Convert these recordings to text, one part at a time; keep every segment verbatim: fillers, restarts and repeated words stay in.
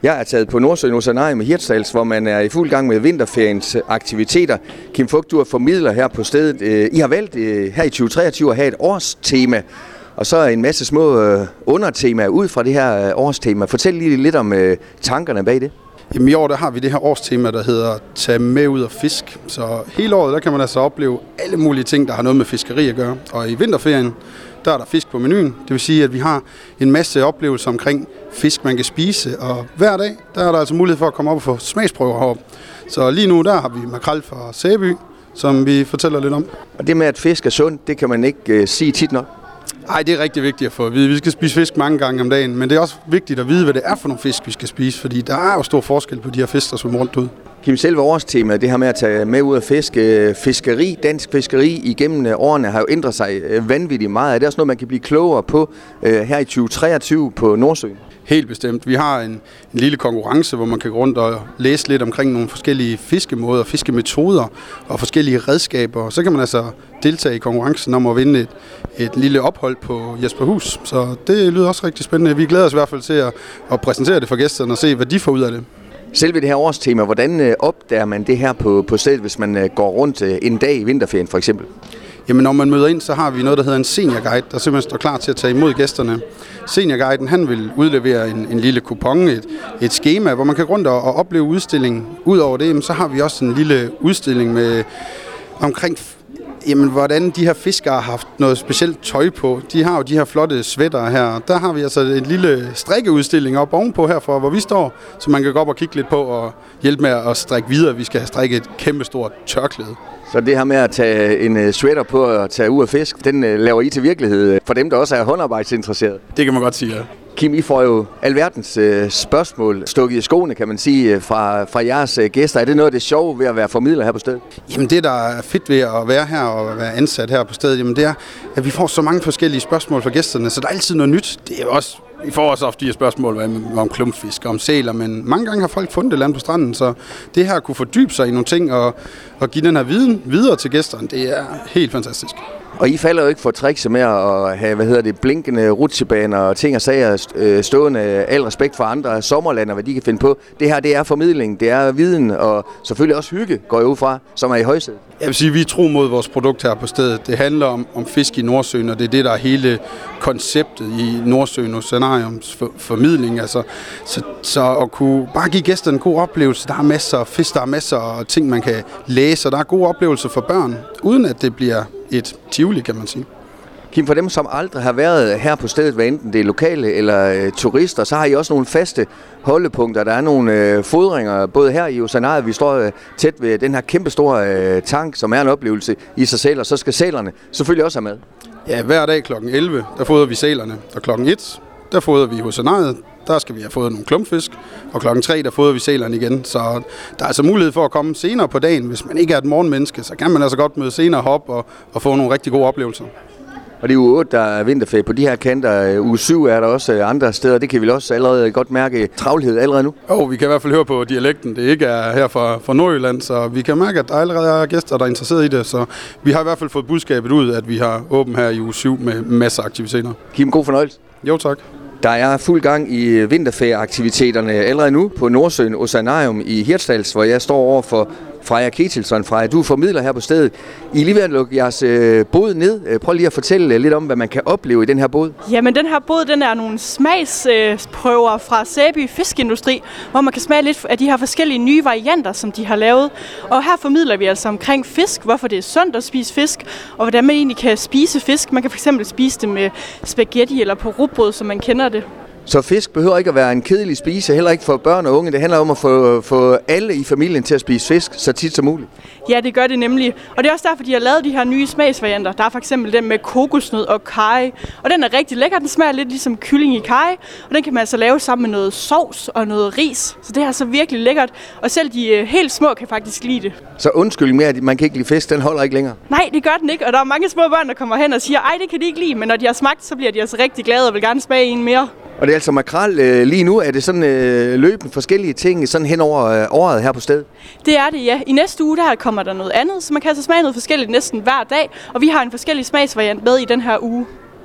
Jeg er taget på Nordsøen Oceanarium i Hirtshals, hvor man er i fuld gang med vinterferiens aktiviteter. Kim Fug, du er formidler her på stedet. I har valgt her i tyve treogtyve at have et årstema, og så en masse små undertemaer ud fra det her årstema. Fortæl lige lidt om tankerne bag det. Jamen, i år der har vi det her årstema, der hedder Tag med ud og fisk. Så hele året der kan man altså opleve alle mulige ting, der har noget med fiskeri at gøre. Og i vinterferien, der er der fisk på menuen. Det vil sige, at vi har en masse oplevelser omkring fisk, man kan spise. Og hver dag, der er der altså mulighed for at komme op og få smagsprøver heroppe. Så lige nu, der har vi makrel fra Sæby, som vi fortæller lidt om. Og det med, at fisk er sundt, det kan man ikke uh, sige tit nok. Nej, det er rigtig vigtigt at få at vide. Vi skal spise fisk mange gange om dagen, men det er også vigtigt at vide, hvad det er for nogle fisk, vi skal spise, fordi der er jo stor forskel på de her fisk, der svømmer rundt ud. Kim, selve årstemaet, det her med at tage med ud af fiske, fiskeri, dansk fiskeri igennem årene har jo ændret sig vanvittigt meget. Er det også noget, man kan blive klogere på her i tyve treogtyve på Nordsøen? Helt bestemt. Vi har en, en lille konkurrence, hvor man kan gå rundt og læse lidt omkring nogle forskellige fiskemåder, fiskemetoder og forskellige redskaber. Så kan man altså deltage i konkurrencen om at vinde et, et lille ophold på Jesperhus. Så det lyder også rigtig spændende. Vi glæder os i hvert fald til at, at præsentere det for gæsterne og se, hvad de får ud af det. Selve det her årstema, hvordan opdager man det her på, på stedet, hvis man går rundt en dag i vinterferien for eksempel? Jamen, når man møder ind, så har vi noget, der hedder en seniorguide, der simpelthen står klar til at tage imod gæsterne. Seniorguiden, han vil udlevere en, en lille kupon, et, et skema, hvor man kan rundt og, og opleve udstillingen. Udover det, så har vi også en lille udstilling med omkring, jamen, hvordan de her fiskere har haft noget specielt tøj på. De har jo de her flotte sweater her. Der har vi altså en lille strikkeudstilling op ovenpå herfor, hvor vi står, så man kan gå op og kigge lidt på og hjælpe med at strikke videre. Vi skal have strikket et kæmpestort tørklæde. Så det her med at tage en sweater på og tage ud af fisk, den laver I til virkelighed for dem, der også er håndarbejdsintresserede? Det kan man godt sige, ja. Kim, I får jo alverdens øh, spørgsmål stukket i skoene, kan man sige, fra, fra jeres øh, gæster. Er det noget af det sjove ved at være formidler her på stedet? Jamen det, der er fedt ved at være her og være ansat her på stedet, jamen det er, at vi får så mange forskellige spørgsmål fra gæsterne, så der er altid noget nyt. Det er også, vi får også ofte de her spørgsmål om klumpfisk og om sæler, men mange gange har folk fundet et land på stranden, så det her kunne fordybe sig i nogle ting og, og give den her viden videre til gæsterne, det er helt fantastisk. Og I falder jo ikke for tricks med at have, hvad hedder det, blinkende rutsjebaner og ting og sager stående, al respekt for andre sommerlander, hvad de kan finde på. Det her, det er formidling, det er viden og selvfølgelig også hygge, går jeg ud fra, som er i højsædet. Jeg vil sige, at vi er tro mod vores produkt her på stedet. Det handler om, om fisk i Nordsøen, og det er det, der er hele konceptet i Nordsøen Oceanariums for, formidling. Altså, så, så at kunne bare give gæsterne en god oplevelse. Der er masser af fisk, der er masser af ting, man kan læse, og der er gode oplevelser for børn, uden at det bliver et tivoli, kan man sige. Kim, for dem, som aldrig har været her på stedet, hvad enten det er lokale eller øh, turister, så har I også nogle faste holdepunkter. Der er nogle øh, fodringer, både her i Oceanariet, vi står øh, tæt ved den her kæmpestore øh, tank, som er en oplevelse i sig selv, og så skal sælerne selvfølgelig også have med. Ja, hver dag klokken elleve, der fodrer vi sælerne, og klokken et, der fodrer vi i Oceanariet. Der skal vi have fået nogle klumpfisk, og klokken tre, der fodrer vi sælerne igen. Så der er altså mulighed for at komme senere på dagen. Hvis man ikke er et morgenmenneske, så kan man altså godt møde senere op og, og få nogle rigtig gode oplevelser. Og det er uge otte, der er vinterferie på de her kanter. Uge syv er der også andre steder. Det kan vi også allerede godt mærke travlhed allerede nu. Jo, vi kan i hvert fald høre på dialekten. Det ikke er her fra, fra Nordjylland, så vi kan mærke, at der allerede er gæster, der er interesseret i det. Så vi har i hvert fald fået budskabet ud, at vi har åben her i uge syv med masser af aktiviteter. Kim, god fornøjelse. Jo, tak. Der er fuld gang i vinterferieaktiviteterne allerede nu på Nordsøen Oceanarium i Hirtshals, hvor jeg står over for Freja Ketilsson. Freja, du formidler her på stedet. I er lige ved at lukke jeres øh, båd ned. Prøv lige at fortælle lidt om, hvad man kan opleve i den her båd. Jamen, den her båd, den er nogle smagsprøver øh, fra Sæby Fiskeindustri, hvor man kan smage lidt af de her forskellige nye varianter, som de har lavet. Og her formidler vi altså omkring fisk, hvorfor det er sundt at spise fisk, og hvordan man egentlig kan spise fisk. Man kan fx spise det med spaghetti eller på rugbrød, som man kender det. Så fisk behøver ikke at være en kedelig spise, heller ikke for børn og unge. Det handler om at få, få alle i familien til at spise fisk så tit som muligt. Ja, det gør det nemlig. Og det er også derfor, de har lavet de her nye smagsvarianter. Der er for eksempel den med kokosnød og karry. Og den er rigtig lækker. Den smager lidt ligesom kylling i karry. Og den kan man altså lave sammen med noget sovs og noget ris. Så det er altså virkelig lækkert. Og selv de helt små kan faktisk lide det. Så undskyld med, at man kan ikke lide fisk, den holder ikke længere? Nej, det gør den ikke. Og der er mange små børn, der kommer hen og siger, ej, det kan de ikke lide. Men når de har smagt, så bliver de altså rigtig glade og vil gerne smage en mere. Og det er altså makrel øh, lige nu. Er det sådan øh, løbende forskellige ting sådan hen over øh, året her på stedet? Det er det, ja. I næste uge der kommer der noget andet, så man kan altså smage noget forskelligt næsten hver dag. Og vi har en forskellig smagsvariant med i den her uge.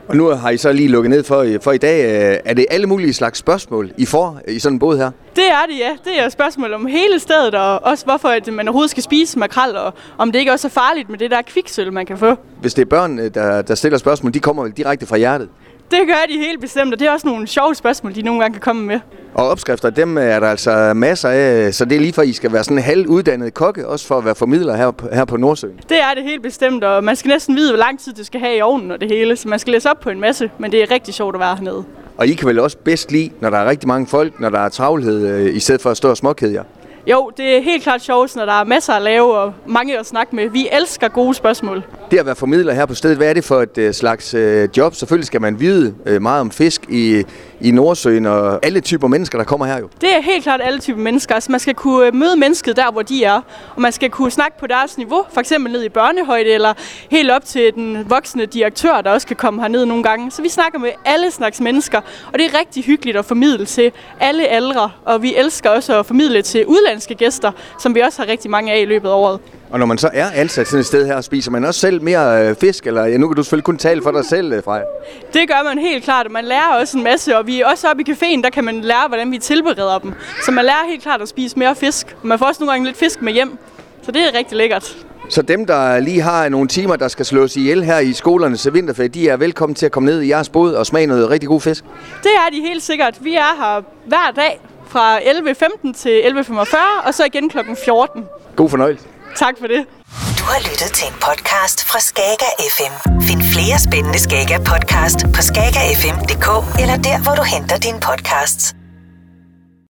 Og nu har I så lige lukket ned for, for i dag. Er det alle mulige slags spørgsmål, I får i sådan en båd her? Det er det, ja. Det er spørgsmål om hele stedet, og også hvorfor at man overhovedet skal spise makrel, og om det ikke også er farligt med det der kviksølv, man kan få. Hvis det er børn, der, der stiller spørgsmål, de kommer vel direkte fra hjertet? Det gør de helt bestemt, og det er også nogle sjove spørgsmål, de nogle gange kan komme med. Og opskrifter, dem er der altså masser af, så det er lige for, at I skal være sådan en halvuddannet kokke, også for at være formidler her på, her på Nordsøen. Det er det helt bestemt, og man skal næsten vide, hvor lang tid det skal have i ovnen og det hele, så man skal læse op på en masse, men det er rigtig sjovt at være hernede. Og I kan vel også bedst lide, når der er rigtig mange folk, når der er travlhed, i stedet for at stå og småkede jer? Jo, det er helt klart sjovt, når der er masser at lave og mange at snakke med. Vi elsker gode spørgsmål. Det at være formidler her på stedet, hvad er det for et uh, slags uh, job? Selvfølgelig skal man vide uh, meget om fisk i, i Nordsøen og alle typer mennesker, der kommer her jo. Det er helt klart alle typer mennesker. Altså, man skal kunne møde mennesket der, hvor de er. Og man skal kunne snakke på deres niveau, for eksempel ned i børnehøjde eller helt op til den voksne direktør, der også kan komme herned nogle gange. Så vi snakker med alle slags mennesker, og det er rigtig hyggeligt at formidle til alle aldre. Og vi elsker også at formidle til udlandske gæster, som vi også har rigtig mange af i løbet af året. Og når man så er ansat sådan et sted her, spiser man også selv mere øh, fisk, eller ja, nu kan du selvfølgelig kun tale for dig selv, øh, Freja. Det gør man helt klart, og man lærer også en masse, og vi er også oppe i caféen, der kan man lære, hvordan vi tilbereder dem. Så man lærer helt klart at spise mere fisk, og man får også nogle gange lidt fisk med hjem, så det er rigtig lækkert. Så dem, der lige har nogle timer, der skal slås ihjel her i skolernes vinterferie, de er velkommen til at komme ned i jeres båd og smage noget rigtig god fisk? Det er de helt sikkert. Vi er her hver dag fra elleve femten til elleve femogfyrre, og så igen klokken fjorten. God fornøjelse. Tak for det. Du har lyttet til en podcast fra Skager F M. Find flere spændende Skager podcast på skager f m punktum d k eller der, hvor du henter dine podcasts.